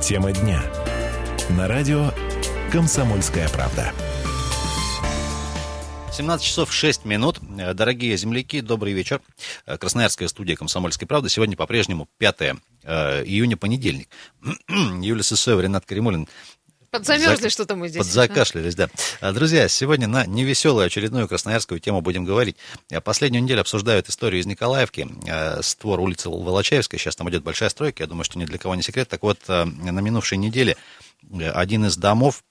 Тема дня. На радио «Комсомольская правда». 17 часов 6 минут. Дорогие земляки, добрый вечер. Красноярская студия «Комсомольской правды». Сегодня по-прежнему 5 июня, понедельник. Юлия Сысоева, Ренат Каримуллин. Подзамерзли что-то мы здесь. Подзакашлялись, да. Друзья, сегодня на невеселую очередную красноярскую тему будем говорить. Последнюю неделю обсуждают историю из Николаевки, створ улицы Волочаевской. Сейчас там идет большая стройка, я думаю, что ни для кого не секрет. Так вот, на минувшей неделе один из домов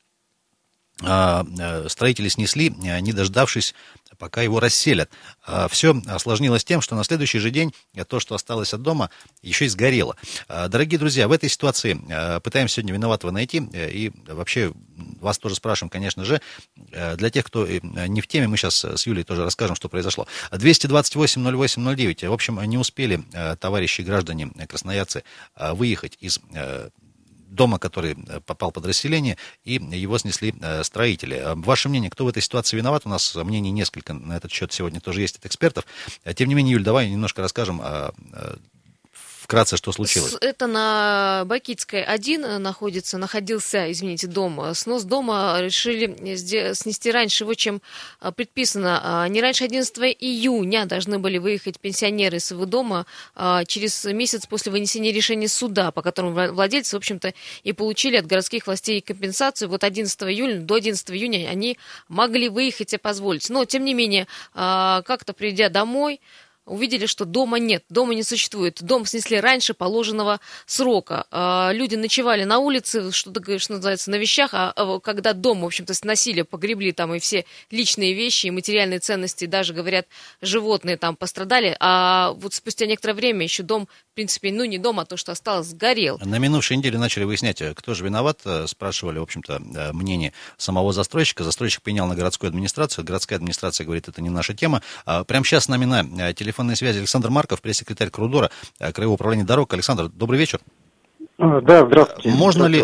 строители снесли, не дождавшись, пока его расселят. Все осложнилось тем, что на следующий же день то, что осталось от дома, еще и сгорело. Дорогие друзья, в этой ситуации пытаемся сегодня виноватого найти. И вообще вас тоже спрашиваем, конечно же. Для тех, кто не в теме, мы сейчас с Юлей тоже расскажем, что произошло. 228-08-09. В общем, не успели товарищи граждане, красноярцы, выехать из дома, который попал под расселение, и его снесли строители. Ваше мнение, кто в этой ситуации виноват? У нас мнений несколько на этот счет сегодня тоже есть от экспертов. Тем не менее, Юль, давай немножко расскажем вкратце, что случилось. Это на Бакитской 1 находился дом. Снос дома решили снести раньше его, чем предписано. Не раньше 11 июня должны были выехать пенсионеры из своего дома через месяц после вынесения решения суда, по которому владельцы, в общем-то, и получили от городских властей компенсацию. Вот 11 июля, до 11 июня они могли выехать и позволить. Но, тем не менее, как-то придя домой, увидели, что дома нет, дома не существует. Дом снесли раньше положенного срока. Люди ночевали на улице, что называется, на вещах, а когда дом, в общем-то, сносили, погребли там и все личные вещи, и материальные ценности, даже, говорят, животные там пострадали. А вот спустя некоторое время еще дом, в принципе, не дом, а то, что осталось, сгорел. На минувшей неделе начали выяснять, кто же виноват. Спрашивали, в общем-то, мнение самого застройщика. Застройщик пенял на городскую администрацию. Городская администрация говорит, это не наша тема. Прямо сейчас с нами на телефонной связи Александр Марков, пресс-секретарь КРУДОРа, Краевого управления дорог. Александр, добрый вечер. Да, здравствуйте. Можно ли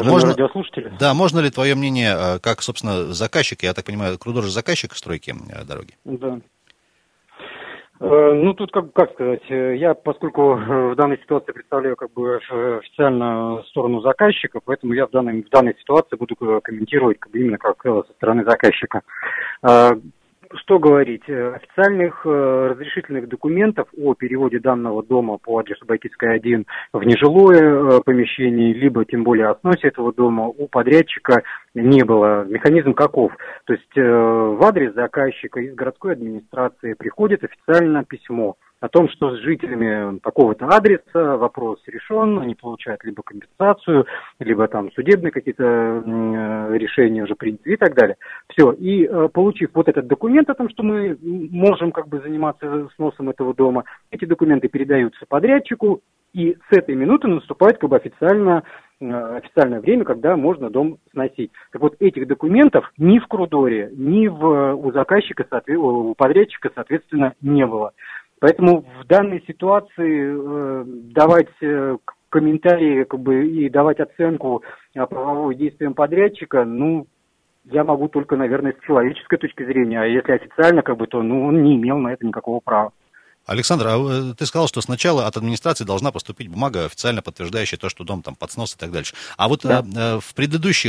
твое мнение, как, собственно, заказчик, я так понимаю, КРУДОР же заказчик стройки дороги? Да. Ну, тут, как сказать, я, поскольку в данной ситуации представляю официально сторону заказчика, поэтому я в данной ситуации буду комментировать именно как со стороны заказчика. Что говорить, официальных разрешительных документов о переводе данного дома по адресу Бакитская 1 в нежилое помещение, либо тем более о сносе этого дома у подрядчика не было. Механизм каков? То есть в адрес заказчика из городской администрации приходит официально письмо о том, что с жителями такого-то адреса вопрос решен, они получают либо компенсацию, либо там судебные какие-то решения уже приняты и так далее. Все, и получив вот этот документ о том, что мы можем заниматься сносом этого дома, эти документы передаются подрядчику, и с этой минуты наступает официальное время, когда можно дом сносить. Так вот, этих документов ни в КРУДОРе, ни у заказчика, у подрядчика, соответственно, не было. Поэтому в данной ситуации давать комментарии и давать оценку правовым действиям подрядчика, я могу только, наверное, с человеческой точки зрения, а если официально, то он не имел на это никакого права. Александр, а ты сказал, что сначала от администрации должна поступить бумага, официально подтверждающая то, что дом там под снос и так дальше. А вот да. в предыдущие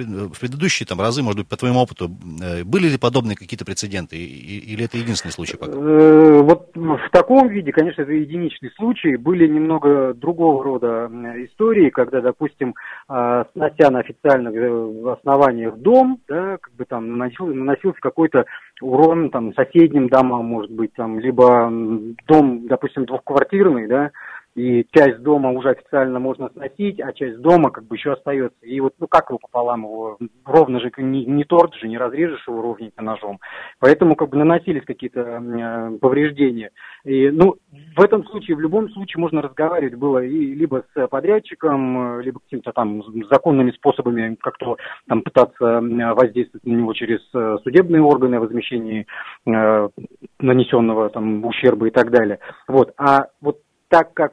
разы, может быть, по твоему опыту, были ли подобные какие-то прецеденты? Или это единственный случай пока? Вот в таком виде, конечно, это единичный случай. Были немного другого рода истории, когда, допустим, снося на официальных основаниях дом, да, наносился какой-то урон соседним домам, может быть, либо дом, допустим, двухквартирный, да, и часть дома уже официально можно сносить, а часть дома еще остается. И как его пополам, его ровно же, не торт же, не разрежешь его ровненько ножом. Поэтому наносились какие-то повреждения. И, в этом случае, в любом случае можно разговаривать было и либо с подрядчиком, либо какими-то законными способами как-то пытаться воздействовать на него через судебные органы о возмещении нанесенного ущерба и так далее. Так как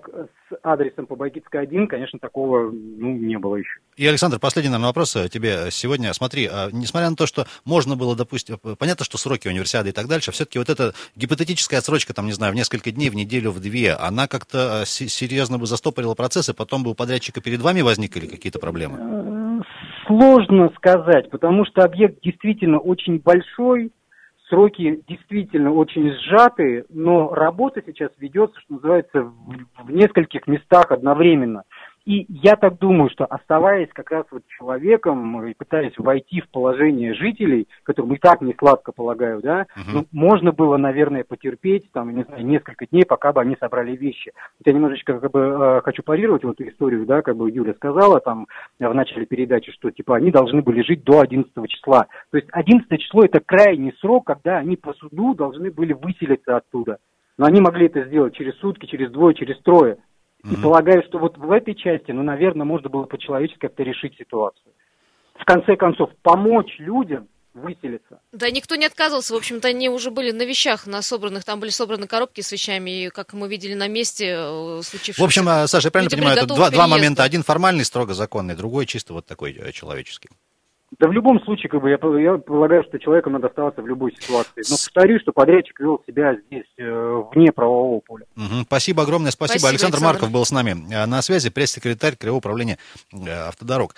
адресом по Бакитской 1, конечно, такого не было еще. И, Александр, последний, наверное, вопрос тебе сегодня. Смотри, несмотря на то, что можно было, допустим, понятно, что сроки универсиады и так дальше, все-таки вот эта гипотетическая отсрочка, там, не знаю, в несколько дней, в неделю, в две, она как-то серьезно бы застопорила процесс, и потом бы у подрядчика перед вами возникли какие-то проблемы? Сложно сказать, потому что объект действительно очень большой, сроки действительно очень сжатые, но работа сейчас ведется, что называется, в нескольких местах одновременно. И я так думаю, что оставаясь как раз вот человеком и пытаясь войти в положение жителей, которым и так не сладко, полагаю, да, можно было, наверное, потерпеть, там, не знаю, несколько дней, пока бы они собрали вещи. Я немножечко хочу парировать вот эту историю, да, как бы Юля сказала там в начале передачи, что типа они должны были жить до 11 числа. То есть 11 число это крайний срок, когда они по суду должны были выселиться оттуда. Но они могли это сделать через сутки, через двое, через трое. И полагаю, что вот в этой части, наверное, можно было по-человечески как-то решить ситуацию. В конце концов, помочь людям выселиться. Да, никто не отказывался. В общем-то, они уже были на вещах, на собранных. Там были собраны коробки с вещами, и, как мы видели на месте, случившемся. В общем, Саша, я правильно понимаю, это два момента. Один формальный, строго законный, другой чисто вот такой человеческий. Да в любом случае, как бы, я полагаю, что человеку надо оставаться в любой ситуации. Но повторюсь, что подрядчик вел себя здесь вне правового поля. Спасибо огромное, спасибо. Александр Марков был с нами на связи, пресс-секретарь Краевого управления автодорог.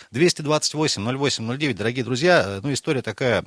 228-08-09, дорогие друзья, история такая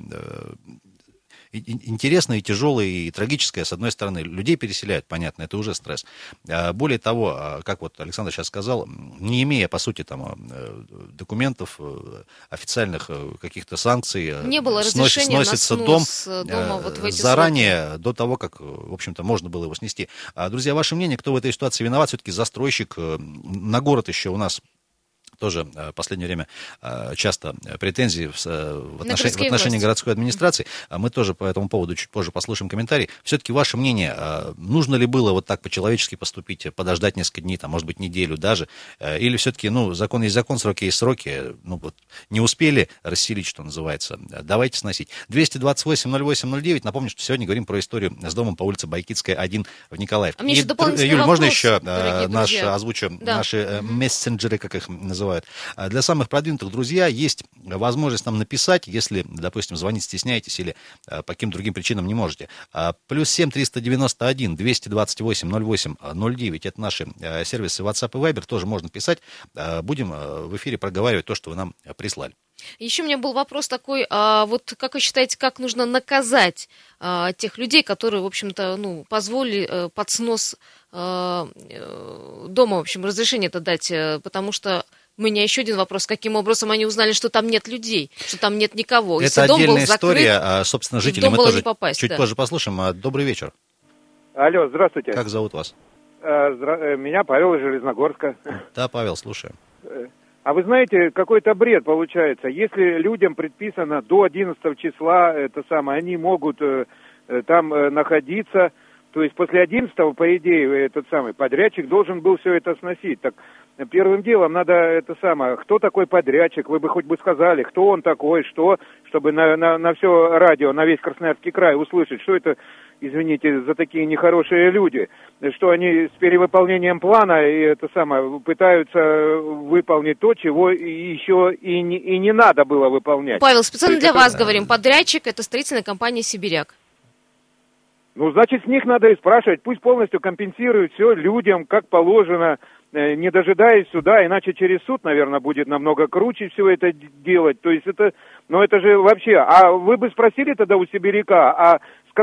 интересная, и тяжелая, и трагическая, с одной стороны. Людей переселяют, понятно, это уже стресс. Более того, как вот Александр сейчас сказал, не имея, по сути, там, документов, официальных каких-то санкций, не было разрешения сносится на дом дома вот в эти заранее, сроки. До того, как, в общем-то, можно было его снести. Друзья, ваше мнение, кто в этой ситуации виноват? Все-таки застройщик, на город еще у нас тоже в последнее время часто претензии в отношении городской администрации. Мы тоже по этому поводу чуть позже послушаем комментарий. Все-таки ваше мнение, нужно ли было вот так по-человечески поступить, подождать несколько дней, там, может быть, неделю даже, или все-таки, закон есть закон, сроки есть сроки, не успели расселить, что называется, давайте сносить. 228-08-09, напомню, что сегодня говорим про историю с домом по улице Байкитская, 1 в Николаевке. Юль, можно еще озвучу наши мессенджеры, как их называют? Для самых продвинутых, друзья, есть возможность нам написать, если, допустим, звонить стесняетесь или по каким-то другим причинам не можете. +7 391 228 08 09. Это наши сервисы WhatsApp и Viber. Тоже можно писать. Будем в эфире проговаривать то, что вы нам прислали. Еще у меня был вопрос такой, вот как вы считаете, как нужно наказать тех людей, которые, в общем-то, позволили под снос дома, в общем, разрешение это дать, потому что у меня еще один вопрос. Каким образом они узнали, что там нет людей, что там нет никого? Это отдельная история, собственно, жителей мы тоже чуть позже послушаем. Добрый вечер. Алло, здравствуйте. Как зовут вас? Меня Павел из Железногорска. Да, Павел, слушаем. А вы знаете, какой-то бред получается. Если людям предписано до 11 числа, они могут там находиться, то есть после 11-го, по идее, подрядчик должен был все это сносить. Так первым делом надо кто такой подрядчик, вы бы хоть бы сказали, кто он такой, чтобы на все радио, на весь Красноярский край услышать, что это, извините, за такие нехорошие люди, что они с перевыполнением плана пытаются выполнить то, чего еще и не надо было выполнять. Павел, специально для вас говорим, подрядчик — это строительная компания «Сибиряк». Значит, с них надо и спрашивать, пусть полностью компенсируют все людям, как положено, не дожидаясь суда, иначе через суд, наверное, будет намного круче все это делать. То есть это же вообще... А вы бы спросили тогда у Сибиряка,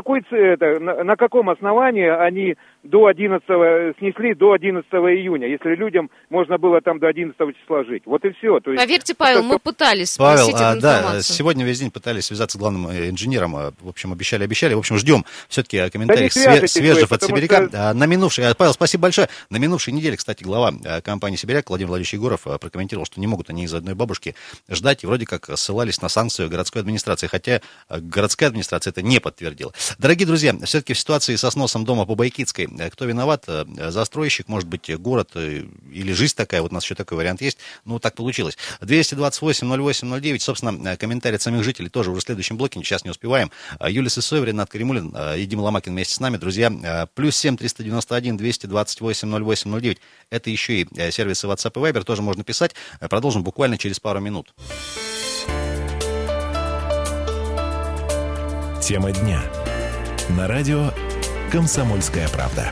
на каком основании они до 11 снесли до 11 июня, если людям можно было там до 11 числа жить. Вот и все. То есть, поверьте, Павел, мы пытались спросить эту информацию. Да, сегодня весь день пытались связаться с главным инженером, в общем, обещали. В общем, ждем все-таки комментариев свежих от Сибиряка. Павел, спасибо большое. На минувшей неделе, кстати, глава компании «Сибиряк» Владимир Владимирович Егоров прокомментировал, что не могут они из одной бабушки ждать, и вроде как ссылались на санкцию городской администрации, хотя городская администрация это не подтвердила. Дорогие друзья, все-таки в ситуации со сносом дома по Байкидской, кто виноват? Застройщик, может быть, город или жизнь такая, вот у нас еще такой вариант есть, ну, так получилось. 228-08-09, собственно, комментарии от самих жителей тоже уже в следующем блоке, сейчас не успеваем. Юлия Сысоева, Ренат Каримуллин и Дима Ломакин вместе с нами, друзья. +7 391 228 08 09, это еще и сервисы WhatsApp и Viber, тоже можно писать. Продолжим буквально через пару минут. Тема дня. На радио «Комсомольская правда».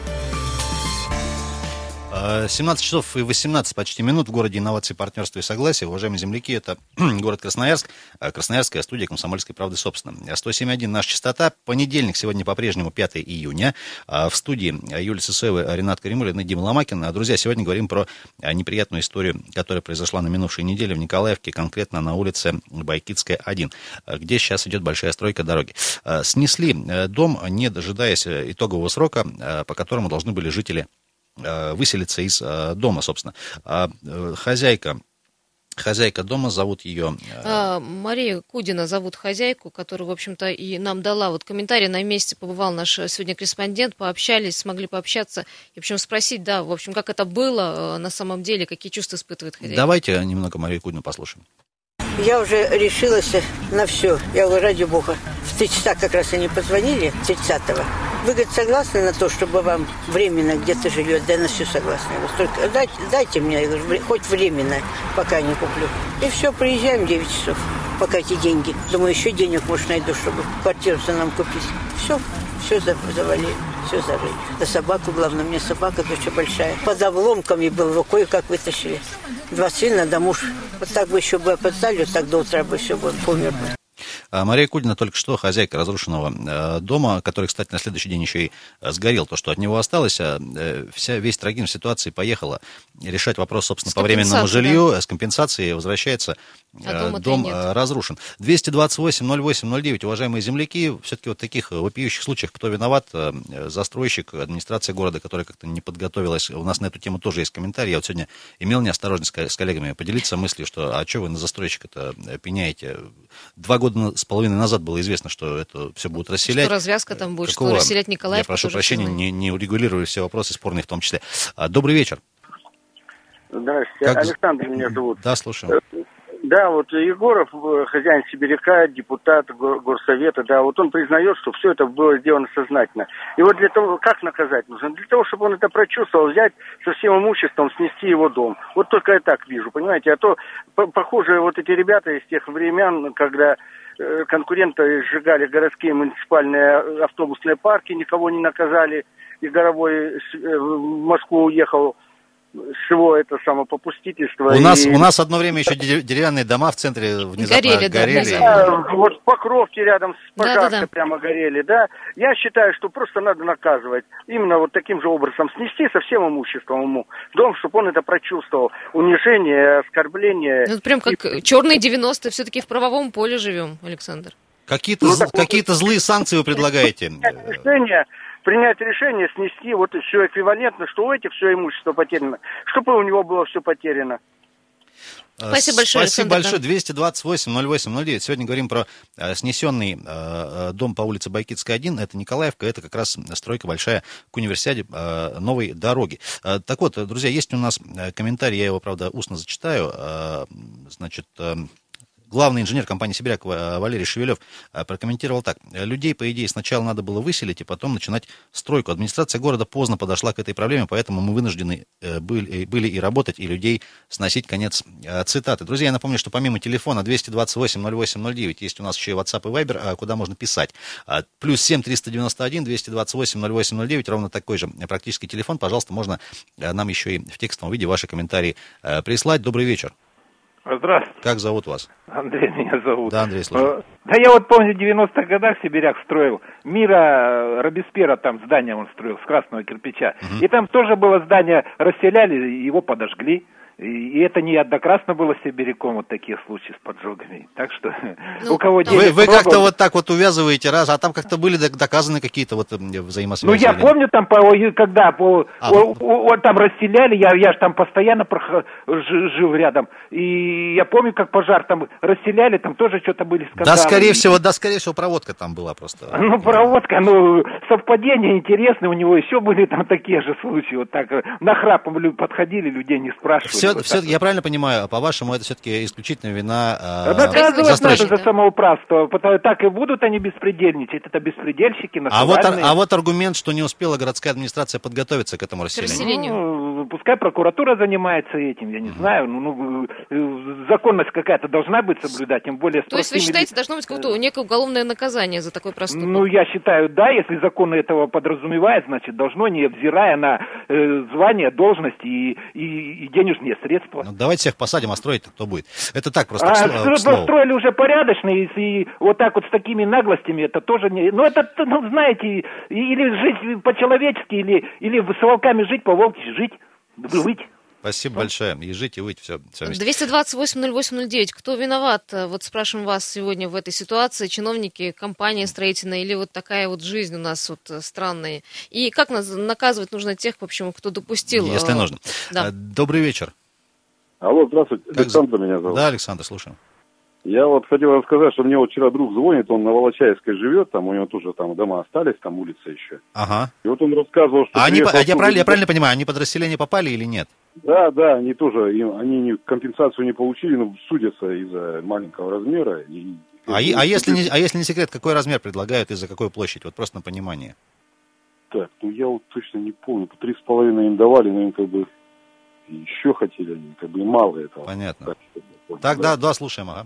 17 часов и 18 почти минут в городе инноваций, партнерства и согласия. Уважаемые земляки, это город Красноярск, Красноярская студия «Комсомольской правды», собственно. 107.1 наша частота. Понедельник, сегодня по-прежнему 5 июня. В студии Юлия Сысоева, Ренат Каримуллин и Дима Ломакин. Друзья, сегодня говорим про неприятную историю, которая произошла на минувшей неделе в Николаевке, конкретно на улице Байкидская, 1, где сейчас идет большая стройка дороги. Снесли дом, не дожидаясь итогового срока, по которому должны были жители выселиться из дома, собственно. Хозяйка дома, зовут ее... Мария Кудина зовут хозяйку, которая, в общем-то, и нам дала вот комментарий. На месте побывал наш сегодня корреспондент, пообщались, смогли пообщаться. И, в общем, спросить, да, в общем, как это было на самом деле, какие чувства испытывает хозяйка. Давайте немного Марию Кудину послушаем. Я уже решилась на все. Я говорю, ради бога. В 3 часа как раз они позвонили, 30-го. Вы, говорит, согласны на то, чтобы вам временно где-то живет? Да, я на все согласна. Я говорю, только дайте мне, я говорю, хоть временно, пока не куплю. И все, приезжаем 9 часов, пока эти деньги. Думаю, еще денег, может, найду, чтобы квартиру нам купить. Все завалили. Все зарыли. Да собаку, главное, мне собака доча большая. Под обломками был, рукой как вытащили. 2 сына, да муж. Вот так бы еще бы опоздали, вот так до утра бы все бы помер бы. Мария Кудина только что хозяйка разрушенного дома, который, кстати, на следующий день еще и сгорел. То, что от него осталось, весь трагизм ситуации поехала решать вопрос, собственно, по временному жилью, да. С компенсацией возвращается, дом разрушен. 228-08-09, уважаемые земляки, все-таки вот таких вопиющих случаях, кто виноват, застройщик, администрация города, которая как-то не подготовилась. У нас на эту тему тоже есть комментарий. Я вот сегодня имел неосторожность с коллегами поделиться мыслью, что а что вы на застройщика-то пеняете? 2 года с половиной назад было известно, что это все будут расселять. Что развязка там будет, что расселять Николаевку. Я прошу прощения, не урегулировали все вопросы спорные в том числе. Добрый вечер. Здравствуйте, Александр меня зовут. Да, слушаю. Да, вот Егоров, хозяин Сибиряка, депутат горсовета, да, вот он признает, что все это было сделано сознательно. И вот для того, как наказать нужно? Для того, чтобы он это прочувствовал, взять со всем имуществом, снести его дом. Вот только я так вижу, понимаете? А то, похоже, вот эти ребята из тех времен, когда конкуренты сжигали городские муниципальные автобусные парки, никого не наказали, и Горовой в Москву уехал с его попустительства. У нас одно время еще деревянные дома в центре внезапно горели. Да, вот Покровки рядом с Пожарской прямо горели, да. Я считаю, что просто надо наказывать. Именно вот таким же образом снести со всем имуществом ему дом, чтобы он это прочувствовал. Унижение, оскорбление. Ну, прям как черные 90-е, все-таки в правовом поле живем, Александр. Какие-то злые санкции вы предлагаете? Принять решение снести вот все эквивалентно, что у этих все имущество потеряно, чтобы у него было все потеряно. Спасибо большое, Спасибо большое. 228-08-09. Сегодня говорим про снесенный дом по улице Байкидская, 1. Это Николаевка, это как раз стройка большая к универсиаде новой дороги. Так вот, друзья, есть у нас комментарий, я его, правда, устно зачитаю. Значит... Главный инженер компании «Сибиряк» Валерий Шевелев прокомментировал так. Людей, по идее, сначала надо было выселить, и потом начинать стройку. Администрация города поздно подошла к этой проблеме, поэтому мы вынуждены были и работать, и людей сносить. Конец цитаты. Друзья, я напомню, что помимо телефона 228-08-09 есть у нас еще и WhatsApp и Viber, куда можно писать. +7 391 228-08-09, ровно такой же практически телефон. Пожалуйста, можно нам еще и в текстовом виде ваши комментарии прислать. Добрый вечер. Здравствуйте. Как зовут вас? Андрей меня зовут. Да, Андрей, слушаю. Да я вот помню, в 90-х годах Сибиряк строил. Мира Робеспьера там здание он строил с красного кирпича. И там тоже было здание, расселяли, его подожгли. И это неоднократно было с сибиряком, вот такие случаи с поджогами. Так что у кого денег Вы как-то вот так вот увязываете раз, а там как-то были доказаны какие-то вот взаимосвязи? Ну, я помню, там, когда там расстреляли, я же там постоянно жил рядом, и я помню, как пожар там расстреляли, там тоже что-то были скандалы. Да, скорее всего, проводка там была просто. Ну, проводка, совпадения интересные, у него еще были там такие же случаи, вот так, нахрапом подходили, людей не спрашивали. Все, я правильно понимаю, по-вашему, это все-таки исключительно вина наказывать застройщика? надо за самоуправство, так и будут они беспредельничать, это беспредельщики, национальные. А вот аргумент, что не успела городская администрация подготовиться к этому расселению. Ну, пускай прокуратура занимается этим, я не знаю, законность какая-то должна быть соблюдать, тем более... То есть вы считаете, должно быть какое-то некое уголовное наказание за такой проступок? Ну, я считаю, да, если закон этого подразумевает, значит, должно, не взирая на звание, должность и денежные средства. Ну, давайте всех посадим, а строить-то кто будет? Это так просто к слову. Строили уже порядочно, и вот так вот с такими наглостями, это тоже не... Ну, это, знаете, или жить по-человечески, или с волками жить, по-волчьи жить, выть. Спасибо большое. И жить, и выть, все вместе. 228-08-09. Кто виноват? Вот спрашиваем вас сегодня в этой ситуации. Чиновники, компания строительная или вот такая вот жизнь у нас вот странная? И как наказывать нужно тех, в общем, кто допустил? Если нужно. Да. Добрый вечер. Алло, здравствуйте. Александр меня зовут. Да, Александр, слушаем. Я вот хотел рассказать, что мне вот вчера друг звонит, он на Волочаевской живет, там у него тоже там дома остались, там улица еще. Ага. И вот он рассказывал, что... Я правильно понимаю, они под расселение попали или нет? Да, они тоже, они компенсацию не получили, но судятся из-за маленького размера. Если не секрет, какой размер предлагают и за какую площадь? Вот просто на понимание. Так, я вот точно не помню, по 3,5 им давали, но им как бы еще хотели, они как бы мало этого. Понятно. Так, да, слушаем, ага.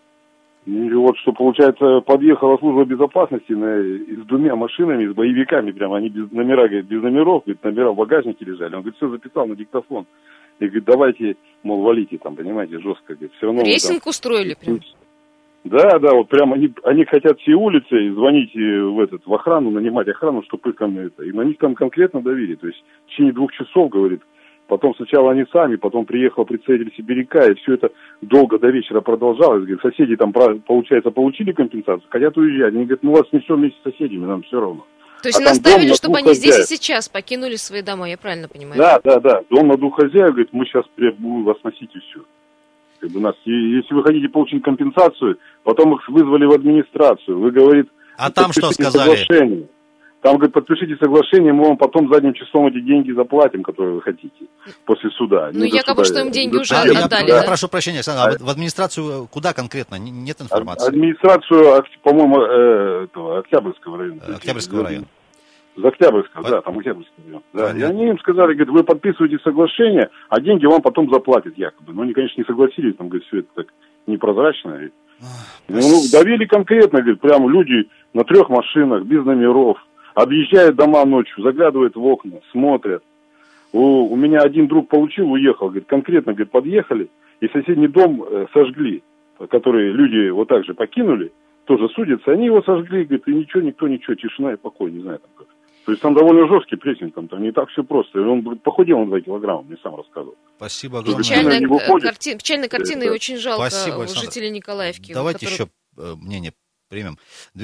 И вот что, получается, подъехала служба безопасности с двумя машинами, с боевиками, прямо они без номера, говорит, без номеров, говорит, номера в багажнике лежали. Он говорит, все записал на диктофон. И говорит, давайте, мол, валите там, понимаете, жестко. Говорит, все равно... Рейтинг устроили прям. Да, вот прямо они хотят все улицы звонить в охрану, нанимать охрану, чтобы их там это. И на них там конкретно давили. То есть в течение 2 часов, говорит, потом сначала они сами, потом приехал представитель сибиряка, и все это долго до вечера продолжалось. Говорит, соседи там, получается, получили компенсацию, хотят уезжать. Они говорят, мы вас снесем вместе с соседями, нам все равно. То есть наставили, чтобы они здесь и сейчас покинули свои дома, я правильно понимаю? Да. Дом на 2 хозяев, говорит, мы сейчас будем вас носить и все. Как бы если вы хотите получить компенсацию, потом их вызвали в администрацию. Вы, говорит, там что сказали? Соглашение. Там, говорит, подпишите соглашение, мы вам потом задним числом эти деньги заплатим, которые вы хотите, после суда. Ну, якобы, что им деньги уже отдали. Я прошу прощения, Александр, в администрацию куда конкретно? Нет информации? Администрацию, по-моему, Октябрьского района. Октябрьского района. За Октябрьского, да, там Октябрьский район. Да. И они им сказали, говорит, вы подписываете соглашение, а деньги вам потом заплатят якобы. Но они, конечно, не согласились, там, говорит, все это так непрозрачно. Давили конкретно, говорит, прямо люди на 3 машинах, без номеров. Объезжают дома ночью, заглядывают в окна, смотрят. У меня один друг получил, уехал, говорит, конкретно, говорит, подъехали, и соседний дом сожгли, который люди вот так же покинули, тоже судятся, они его сожгли, говорит, и никто, тишина и покой, не знаю там как. То есть там довольно жесткий прессинг, там не так все просто. И он похудел на 2 килограмма, мне сам рассказывал. Спасибо огромное. Печальная картина, и очень жалко жителей Николаевки. Давайте еще мнение примем.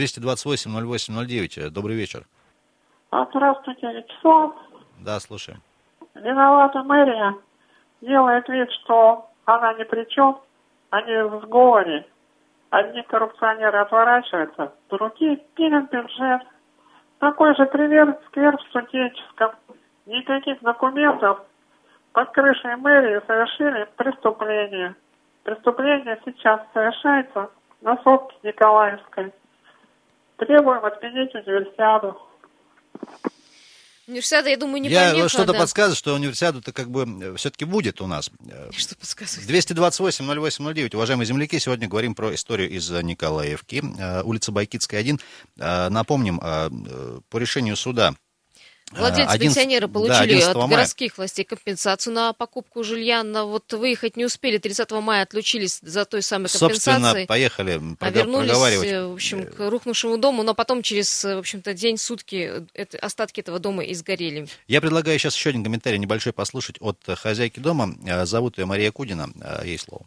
228-08-09, добрый вечер. Здравствуйте, Вячеслав. Да, слушаем. Виновата мэрия. Делает вид, что она ни при чем. Они в сговоре. Одни коррупционеры отворачиваются, другие пилят бюджет. Такой же пример сквер в Студенческом. Никаких документов. Под крышей мэрии совершили преступление. Преступление сейчас совершается на сопке Николаевской. Требуем отменить универсиаду. Универсиада, я думаю, непонятно. Что-то подсказывает, что универсиаду-то как бы все-таки будет у нас. Что подсказывает? 228-08-09. Уважаемые земляки, сегодня говорим про историю из Николаевки. Улица Байкитская, 1. Напомним, по решению суда Владельцы, пенсионеры получили от мая. городских властей компенсацию на покупку жилья, но вот выехать не успели, 30 мая отлучились за той самой компенсацией. Собственно, поехали вернулись, проговаривать. в общем, к рухнувшему дому, но потом через, в общем-то, день, сутки остатки этого дома и сгорели. Я предлагаю сейчас еще один комментарий небольшой послушать от хозяйки дома. Зовут ее Мария Кудина. Ей слово.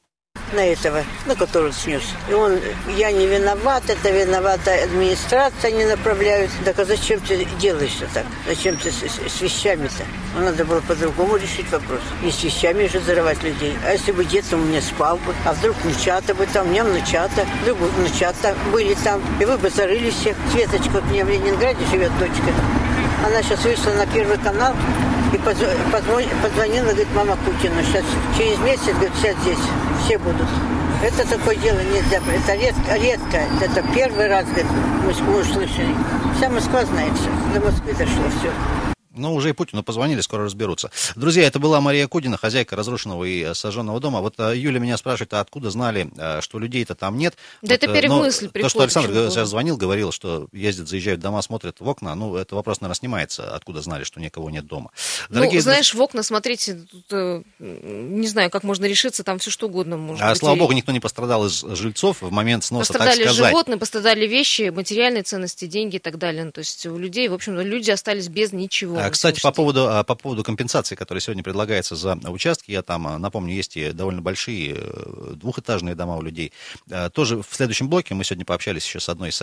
На этого, на который снес. И он, я не виноват, это виновата администрация, они направляют. Так а зачем ты делаешь так? Зачем ты с вещами-то? Ну, надо было по-другому решить вопрос. Не с вещами же взрывать людей. А если бы дед у меня спал бы, а вдруг внучата бы там, у меня внучата, вдруг внучата были там, и вы бы зарыли всех. Светочка, вот у меня в Ленинграде живет дочка. Она сейчас вышла на Первый канал и позвонила, говорит, мама Путина, сейчас через месяц, говорит, сейчас здесь все будут. Это такое дело нельзя, это редко, это первый раз, говорит, мы услышали. Вся Москва знает все, до Москвы дошло все. Ну, уже и Путину позвонили, скоро разберутся. Друзья, это была Мария Кудина, хозяйка разрушенного и сожженного дома. Вот Юля меня спрашивает, а откуда знали, что людей-то там нет? Да вот, это мысль приходит. То, что Александр сейчас звонил, говорил, что ездят, заезжают в дома, смотрят в окна, ну, это вопрос, наверное, снимается, откуда знали, что никого нет дома. Дорогие знаешь, в окна смотрите, тут, не знаю, как можно решиться, там все что угодно может быть. Слава богу, никто не пострадал из жильцов в момент сноса, пострадали так сказать. Животные, пострадали вещи, материальные ценности, деньги и так далее. Ну, то есть у людей, в общем, люди остались без ничего. Кстати, по поводу компенсации, которая сегодня предлагается за участки, я там, напомню, есть и довольно большие двухэтажные дома у людей. Тоже в следующем блоке мы сегодня пообщались еще с одной из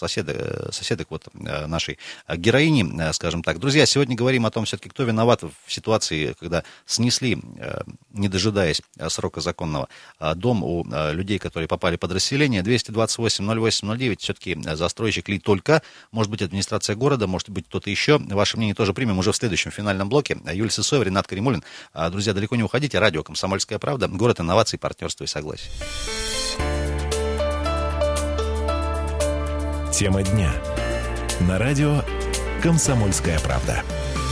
соседок вот нашей героини, скажем так. Друзья, сегодня говорим о том, все-таки, кто виноват в ситуации, когда снесли, не дожидаясь срока законного, дом у людей, которые попали под расселение. 228-08-09, все-таки застройщик ли только, может быть, администрация города, может быть, кто-то еще. Ваше мнение тоже примем уже в следующем финальном блоке. Юлия Сысоева, Ренат Каримуллин. Друзья, далеко не уходите. Радио «Комсомольская правда». Город инноваций, партнерства и согласия. Тема дня. На радио «Комсомольская правда».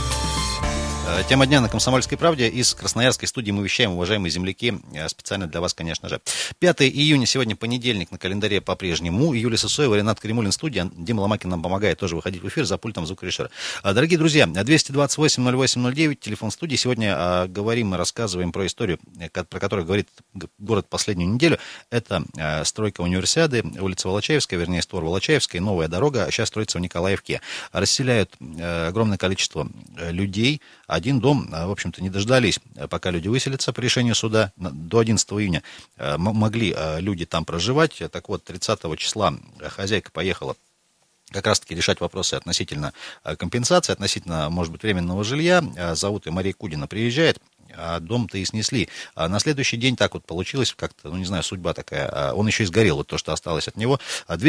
Тема дня на «Комсомольской правде». Из Красноярской студии мы вещаем, уважаемые земляки, специально для вас, конечно же. 5 июня, сегодня понедельник, на календаре по-прежнему. Юлия Сысоева, Ренат Каримуллин, студия. Дима Ломакин нам помогает тоже выходить в эфир за пультом звукорежиссера. Дорогие друзья, 228-08-09, телефон студии. Сегодня говорим, мы рассказываем про историю, про которую говорит город последнюю неделю. Это стройка Универсиады, улица Волочаевская, вернее, створ Волочаевской, новая дорога, сейчас строится в Николаевке. Расселяют огромное количество людей. Один дом, в общем-то, не дождались, пока люди выселятся по решению суда. До 11 июня могли люди там проживать. Так вот, 30 числа хозяйка поехала как раз-таки решать вопросы относительно компенсации, относительно, может быть, временного жилья. Зовут ее Мария Кудина, приезжает. А дом-то и снесли. А на следующий день так вот получилось, как-то, ну не знаю, судьба такая. Он еще и сгорел, вот то, что осталось от него.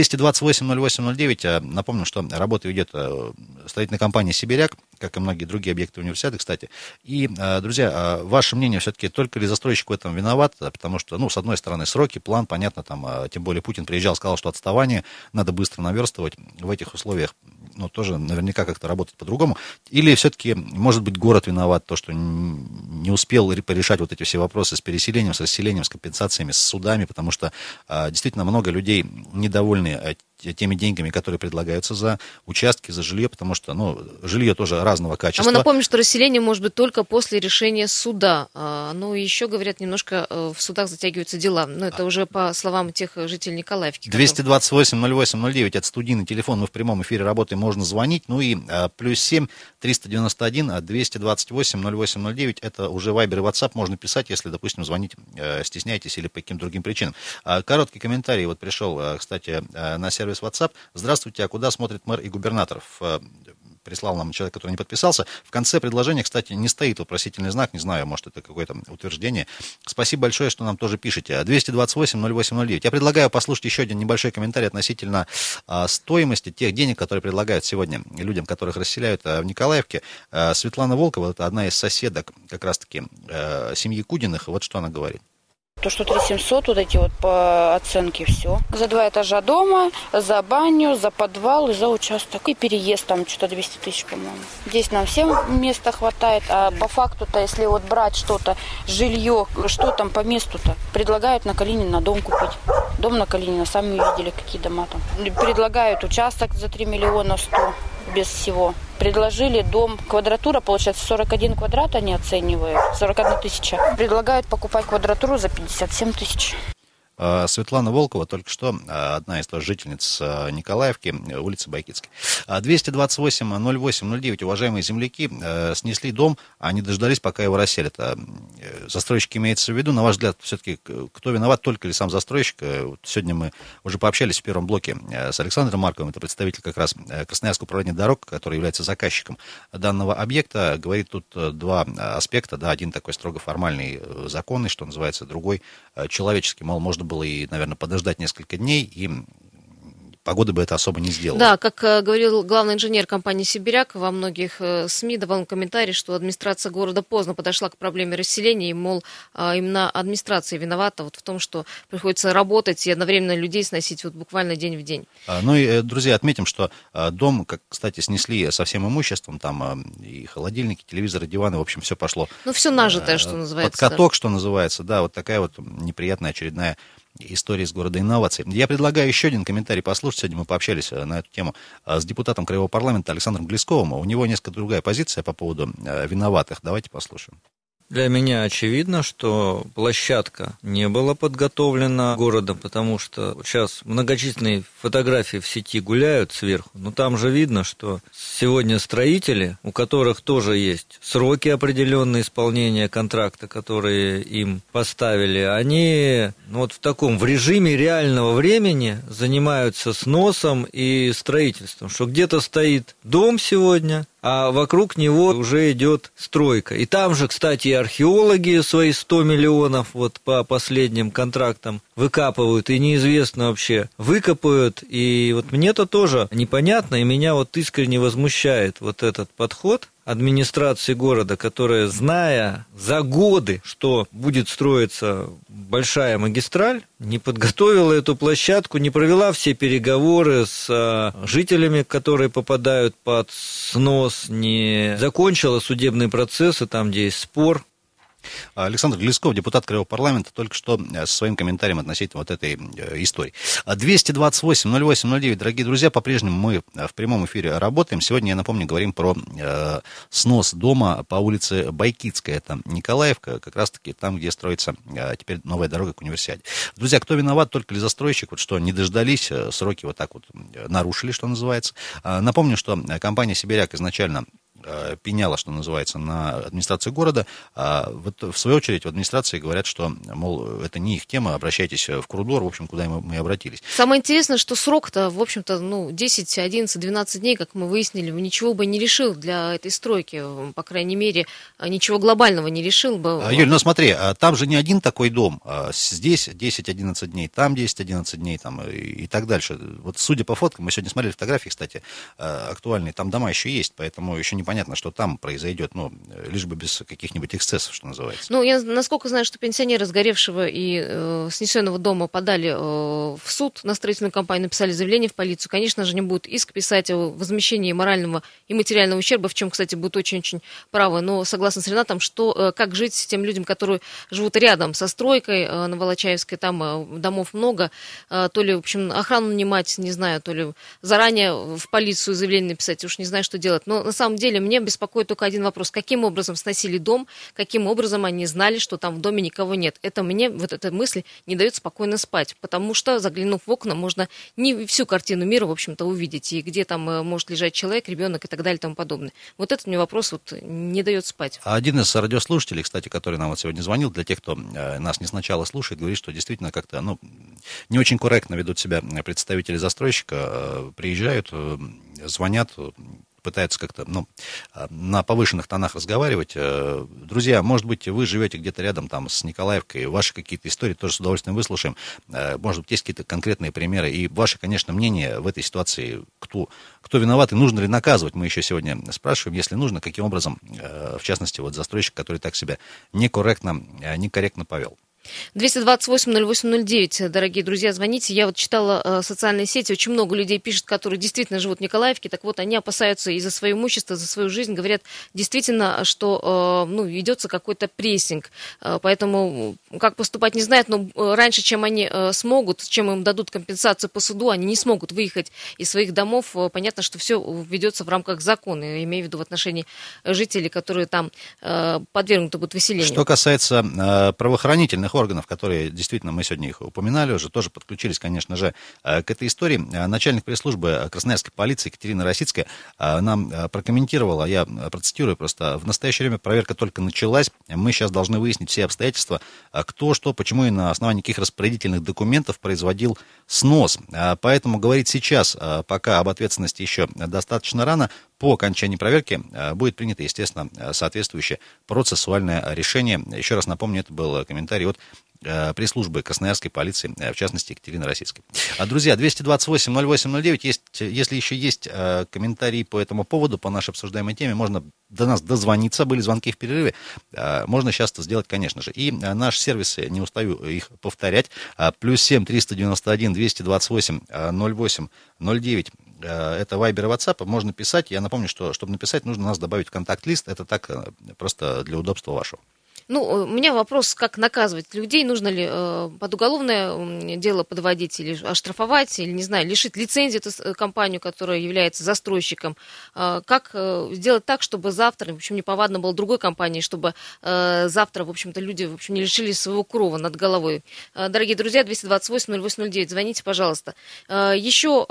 228-08-09. Напомню, что работа ведет строительная компания «Сибиряк», как и многие другие объекты универсиады, кстати. И, друзья, ваше мнение, все-таки только ли застройщик в этом виноват? Потому что, ну, с одной стороны, сроки, план, понятно, там, тем более Путин приезжал, сказал, что отставание, надо быстро наверстывать в этих условиях. Ну, тоже наверняка как-то работать по-другому. Или все-таки, может быть, город виноват, то, что не успел порешать вот эти все вопросы с переселением, с расселением, с компенсациями, с судами, потому что действительно много людей недовольны теми деньгами, которые предлагаются за участки, за жилье, потому что, ну, жилье тоже разного качества. А мы напомним, что расселение может быть только после решения суда. Ну, и еще, говорят, немножко в судах затягиваются дела. Но это уже по словам тех жителей Николаевки. 228-08-09, это студийный телефон, мы в прямом эфире работаем, можно звонить. Ну и +7 391 228-08-09, это уже Вайбер и WhatsApp, можно писать, если, допустим, звонить стесняетесь или по каким-то другим причинам. Короткий комментарий вот пришел, кстати, на сервис WhatsApp. Здравствуйте, а куда смотрит мэр и губернатор? Прислал нам человек, который не подписался. В конце предложения, кстати, не стоит вопросительный знак. Не знаю, может, это какое-то утверждение. Спасибо большое, что нам тоже пишете. 228-08-09. Я предлагаю послушать еще один небольшой комментарий относительно стоимости тех денег, которые предлагают сегодня людям, которых расселяют в Николаевке. Светлана Волкова, это одна из соседок как раз-таки семьи Кудиных. Вот что она говорит. То, что 3700, вот эти вот по оценке, все. За 2 этажа дома, за баню, за подвал и за участок. И переезд там что-то 200 тысяч, по-моему. Здесь нам всем места хватает, а по факту-то, если вот брать что-то, жилье, что там по месту-то, предлагают на Калинина дом купить. Дом на Калинина, сами видели, какие дома там. Предлагают участок за 3 100 000. без всего. Предложили дом, квадратура, получается, 41 квадрат они оценивают, 41 тысяча. Предлагают покупать квадратуру за 57 тысяч. Светлана Волкова, только что одна из тоже жительниц Николаевки, улицы Байкитской. 228-08-09, уважаемые земляки, снесли дом, а не дождались, пока его расселят. Застройщик имеется в виду, на ваш взгляд, все-таки кто виноват, только ли сам застройщик? Вот сегодня мы уже пообщались в первом блоке с Александром Марковым, это представитель как раз Красноярского управления дорог, который является заказчиком данного объекта. Говорит тут два аспекта, да, один такой строго формальный, законный, что называется, другой человеческий, мол, можно было и, наверное, подождать несколько дней, и погода бы это особо не сделала. Да, как говорил главный инженер компании «Сибиряк», во многих СМИ давал комментарий, что администрация города поздно подошла к проблеме расселения, и, мол, именно администрация виновата вот в том, что приходится работать и одновременно людей сносить вот буквально день в день. Ну и, друзья, отметим, что дом, как, кстати, снесли со всем имуществом, там и холодильники, телевизоры, диваны, в общем, все пошло. Ну, все нажитое, что называется. Под каток, да. Что называется, да, вот такая вот неприятная очередная история из города инноваций. Я предлагаю еще один комментарий послушать. Сегодня мы пообщались на эту тему с депутатом Краевого парламента Александром Глисковым. У него несколько другая позиция по поводу виноватых. Давайте послушаем. Для меня очевидно, что площадка не была подготовлена городом, потому что сейчас многочисленные фотографии в сети гуляют сверху, но там же видно, что сегодня строители, у которых тоже есть сроки определенные исполнения контракта, которые им поставили, они вот в режиме реального времени занимаются сносом и строительством, что где-то стоит дом сегодня, а вокруг него уже идет стройка. И там же, кстати, и археологи свои 100 миллионов вот по последним контрактам выкапывают, и неизвестно вообще, выкопают. И вот мне это тоже непонятно, и меня вот искренне возмущает вот этот подход администрации города, которая, зная за годы, что будет строиться большая магистраль, не подготовила эту площадку, не провела все переговоры с жителями, которые попадают под снос, не закончила судебные процессы там, где есть спор. Александр Глисков, депутат Краевого парламента, только что со своим комментарием относительно вот этой истории. 228-08-09, дорогие друзья, по-прежнему мы в прямом эфире работаем. Сегодня, я напомню, говорим про снос дома по улице Байкитская. Это Николаевка, как раз-таки там, где строится теперь новая дорога к универсиаде. Друзья, кто виноват, только ли застройщик, вот что не дождались, сроки вот так вот нарушили, что называется. Напомню, что компания «Сибиряк» изначально пеняла, что называется, на администрацию города. Вот в свою очередь в администрации говорят, что, мол, это не их тема, обращайтесь в Крудор, в общем, куда мы и обратились. Самое интересное, что срок-то, в общем-то, 10, 11, 12 дней, как мы выяснили, ничего бы не решил для этой стройки, по крайней мере, ничего глобального не решил бы. Юль, смотри, там же не один такой дом, здесь 10-11 дней, там 10-11 дней, там и так дальше. Вот судя по фоткам, мы сегодня смотрели фотографии, кстати, актуальные, там дома еще есть, поэтому еще не понятно, что там произойдет, лишь бы без каких-нибудь эксцессов, что называется. Я насколько знаю, что пенсионеры сгоревшего и снесенного дома подали в суд на строительную компанию, написали заявление в полицию. Конечно же, не будут иск писать о возмещении морального и материального ущерба, в чем, кстати, будут очень-очень правы. Но согласна с Ренатом, как жить с тем людям, которые живут рядом со стройкой на Волочаевской, там домов много, то ли, в общем, охрану нанимать, не знаю, то ли заранее в полицию заявление написать, уж не знаю, что делать. Но на самом деле мне беспокоит только один вопрос. Каким образом сносили дом, каким образом они знали, что там в доме никого нет? Это мне, вот эта мысль, не дает спокойно спать, потому что, заглянув в окна, можно не всю картину мира, в общем-то, увидеть, и где там может лежать человек, ребенок и так далее и тому подобное. Вот этот мне вопрос не дает спать. Один из радиослушателей, кстати, который нам сегодня звонил, для тех, кто нас не сначала слушает, говорит, что действительно как-то, не очень корректно ведут себя представители застройщика, приезжают, звонят, пытаются как-то, на повышенных тонах разговаривать. Друзья, может быть, вы живете где-то рядом там с Николаевкой, ваши какие-то истории тоже с удовольствием выслушаем. Может быть, есть какие-то конкретные примеры. И ваше, конечно, мнение в этой ситуации, кто виноват и нужно ли наказывать, мы еще сегодня спрашиваем. Если нужно, каким образом, в частности, застройщик, который так себя некорректно повел. 228-08-09, дорогие друзья, звоните. Я вот читала социальные сети, очень много людей пишут, которые действительно живут в Николаевке, так вот, они опасаются и за свое имущество, за свою жизнь, говорят действительно, что ведется какой-то прессинг, поэтому как поступать не знают, но раньше, чем они смогут, чем им дадут компенсацию по суду, они не смогут выехать из своих домов. Понятно, что все ведется в рамках закона, я имею в виду в отношении жителей, которые там подвергнуты будут выселению. Что касается правоохранительных органов, которые, действительно, мы сегодня их упоминали уже, тоже подключились, конечно же, к этой истории. Начальник пресс-службы Красноярской полиции Екатерина Росицкая нам прокомментировала, я процитирую просто, в настоящее время проверка только началась, мы сейчас должны выяснить все обстоятельства, кто, что, почему и на основании каких распорядительных документов производил снос. Поэтому говорить сейчас, пока об ответственности еще достаточно рано, по окончании проверки будет принято, естественно, соответствующее процессуальное решение. Еще раз напомню, это был комментарий от пресс-службы Красноярской полиции, в частности, Екатерины Росицкой. Друзья, 228-08-09, если еще есть комментарии по этому поводу, по нашей обсуждаемой теме, можно до нас дозвониться, были звонки в перерыве, можно сейчас это сделать, конечно же. И наши сервисы, не устаю их повторять, +7 391 228 08 09, это Viber и WhatsApp, можно писать. Я напомню, что, чтобы написать, нужно нас добавить в контакт-лист, это так, просто для удобства вашего. У меня вопрос, как наказывать людей, нужно ли под уголовное дело подводить или оштрафовать, или, не знаю, лишить лицензии эту компанию, которая является застройщиком. Как сделать так, чтобы завтра, в общем, неповадно было другой компании, чтобы завтра, в общем-то, люди, в общем, не лишились своего крова над головой. Дорогие друзья, 228-08-09, звоните, пожалуйста. Еще,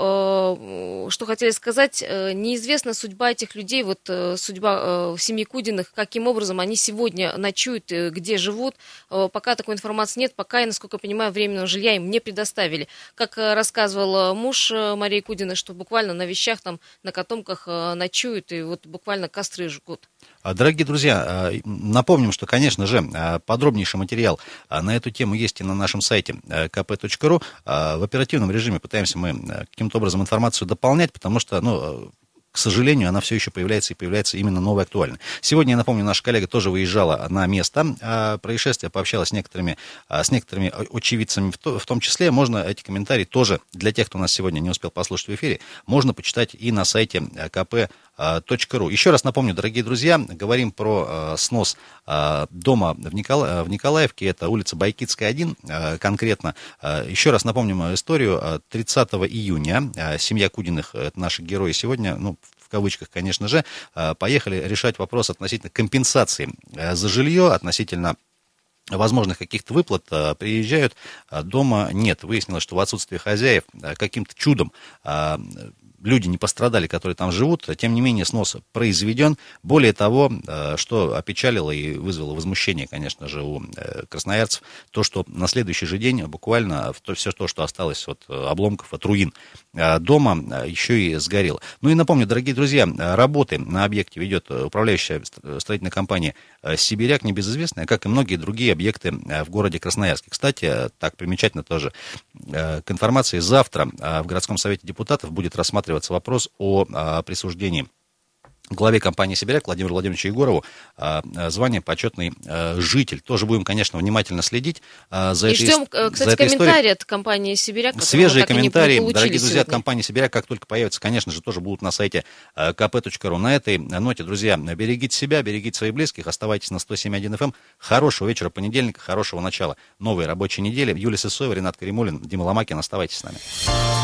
что хотели сказать, неизвестна судьба этих людей, вот судьба семьи Кудиных, каким образом они сегодня ночуют, где живут. Пока такой информации нет, пока, я, насколько я понимаю, временного жилья им не предоставили. Как рассказывал муж Марии Кудиной, что буквально на вещах, там, на котомках ночуют и вот буквально костры жгут. Дорогие друзья, напомним, что, конечно же, подробнейший материал на эту тему есть и на нашем сайте kp.ru. В оперативном режиме пытаемся мы каким-то образом информацию дополнять, потому что, к сожалению, она все еще появляется именно новой актуальной. Сегодня, я напомню, наша коллега тоже выезжала на место происшествия, пообщалась с некоторыми очевидцами, в том числе. Можно эти комментарии тоже, для тех, кто нас сегодня не успел послушать в эфире, можно почитать и на сайте kp.ru. Еще раз напомню, дорогие друзья, говорим про снос дома в Николаевке, это улица Байкитская, 1 конкретно. Еще раз напомним историю. 30 июня семья Кудиных, это наши герои сегодня, в кавычках, конечно же, поехали решать вопрос относительно компенсации за жилье, относительно возможных каких-то выплат. Приезжают, дома нет. Выяснилось, что в отсутствие хозяев каким-то чудом люди не пострадали, которые там живут, тем не менее снос произведен. Более того, что опечалило и вызвало возмущение, конечно же, у красноярцев, то, что на следующий же день буквально все то, что осталось от обломков, от руин дома, еще и сгорело. И напомню, дорогие друзья, работы на объекте ведет управляющая строительная компания «Сибиряк», небезызвестная, как и многие другие объекты в городе Красноярске. Кстати, так примечательно тоже к информации, завтра в городском совете депутатов будет рассматриваться вопрос о присуждении главе компании «Сибиряк» Владимиру Владимировичу Егорову звание «Почетный житель». Тоже будем, конечно, внимательно следить за этой историей. И ждем, кстати, комментарии от компании «Сибиряк». Свежие комментарии, дорогие друзья, от компании «Сибиряк», как только появятся, конечно же, тоже будут на сайте kp.ru. На этой ноте, друзья, берегите себя, берегите своих близких, оставайтесь на 107.1 FM. Хорошего вечера понедельника, хорошего начала новой рабочей недели. Юлия Сысоева, Ренат Каримуллин, Дима Ломакин. Оставайтесь с нами.